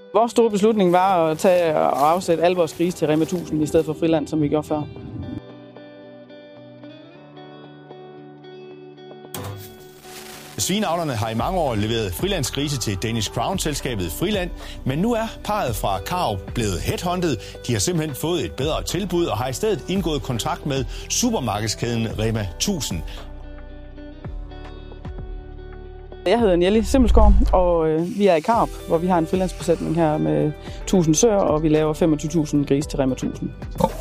Vores store beslutning var at tage og afsætte alle vores grise til Rema 1000 i stedet for Friland, som vi gjorde før. Svineavlerne har i mange år leveret frilandsgrise til Danish Crown-selskabet Friland, men nu er parret fra Karup blevet headhunted. De har simpelthen fået et bedre tilbud og har i stedet indgået kontrakt med supermarkedskæden Rema 1000. Jeg hedder Nelly Simmelsgaard, og vi er i Karup, hvor vi har en frilandsbesætning her med 1000 søer, og vi laver 25.000 grise til Rema 1000.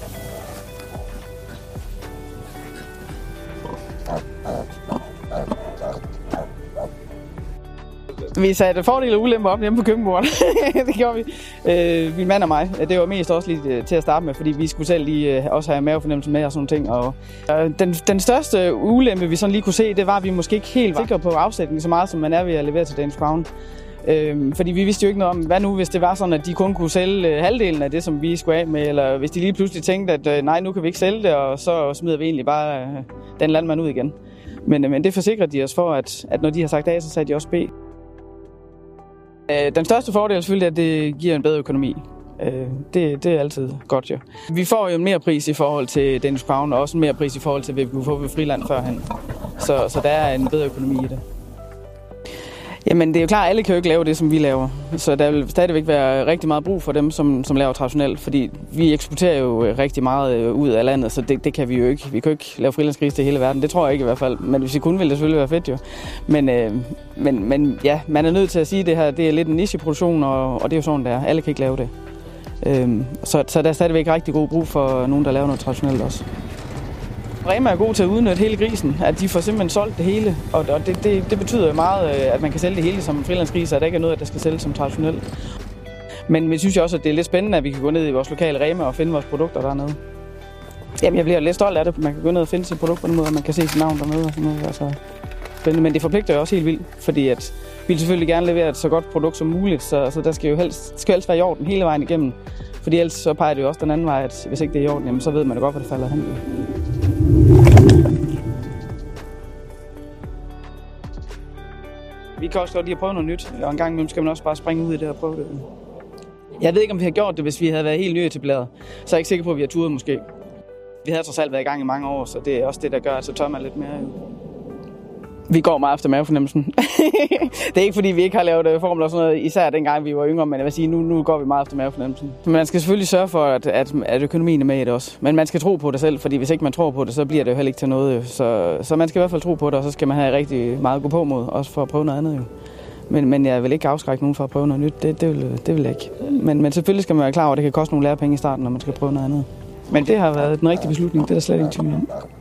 Vi satte fordele og ulemper op hjemme på køkkenbordet. Det gjorde vi. Min mand og mig. Det var mest også lige til at starte med, fordi vi skulle selv lige også have mavefornemmelse med og sådan ting. Og den største ulempe, vi sådan lige kunne se, det var, at vi måske ikke helt var sikre på afsætning så meget, som man er ved at levere til Danish Crown. Fordi vi vidste jo ikke noget om, hvad nu, hvis det var sådan, at de kun kunne sælge halvdelen af det, som vi skulle af med, eller hvis de lige pludselig tænkte, at nej, nu kan vi ikke sælge det, og så smider vi egentlig bare den landmand ud igen. Men det forsikrede de os for, at når de har sagt A, så sagde de også B. Den største fordel er selvfølgelig, at det giver en bedre økonomi. Det er altid godt, jo. Vi får jo mere pris i forhold til Danish Crown, og også mere pris i forhold til, hvad vi kunne få ved Friland førhen. Så der er en bedre økonomi i det. Jamen, det er jo klart, at alle kan jo ikke lave det, som vi laver. Så der vil stadigvæk være rigtig meget brug for dem, som laver traditionelt. Fordi vi eksporterer jo rigtig meget ud af landet, så det kan vi jo ikke. Vi kan jo ikke lave frilandsgrise til hele verden. Det tror jeg ikke i hvert fald. Men hvis vi kunne, ville det selvfølgelig være fedt jo. Men ja, man er nødt til at sige, at det her det er lidt en nicheproduktion, og det er jo sådan, det er. Alle kan ikke lave det. Så der er stadigvæk rigtig god brug for nogen, der laver noget traditionelt også. Rema er god til at udnytte hele grisen, at de får simpelthen solgt det hele, og det betyder meget, at man kan sælge det hele som frilandsgrise, at der ikke er noget, der skal sælges som traditionelt. Men vi synes jo også, at det er lidt spændende, at vi kan gå ned i vores lokale Rema og finde vores produkter dernede. Jamen, jeg bliver lidt stolt af det. Man kan gå ned og finde sit produkt på den måde, og man kan se sit navn dernede og sådan noget. Altså, spændende. Men det forpligter jo også helt vildt, fordi at vi vil selvfølgelig gerne levere et så godt produkt som muligt, så der skal jo helst være i orden hele vejen igennem. Fordi ellers så peger det jo også den anden vej, at hvis ikke det er i orden, jamen, så ved man jo godt, hvad det falder hen. Vi kan også godt lide at prøve noget nyt, og en gang imellem skal man også bare springe ud i det og prøve det. Jeg ved ikke, om vi har gjort det, hvis vi havde været helt nyetableret. Så er jeg ikke sikker på, at vi har turet måske. Vi havde trods alt været i gang i mange år, så det er også det, der gør, at så tør man lidt mere. Vi går meget efter mavefornemmelsen. Det er ikke, fordi vi ikke har lavet formler og sådan noget, især dengang vi var yngre, men jeg vil sige, nu går vi meget efter mavefornemmelsen. Man skal selvfølgelig sørge for, at økonomien er med i det også. Men man skal tro på det selv, fordi hvis ikke man tror på det, så bliver det jo heller ikke til noget. Så man skal i hvert fald tro på det, og så skal man have rigtig meget at gå på mod, også for at prøve noget andet jo. Men jeg vil ikke afskrække nogen for at prøve noget nyt, det vil jeg ikke. Men selvfølgelig skal man være klar over, at det kan koste nogle lærepenge i starten, når man skal prøve noget andet. Men det har været den rigtige beslutning, det er der slet ikke tvivl om.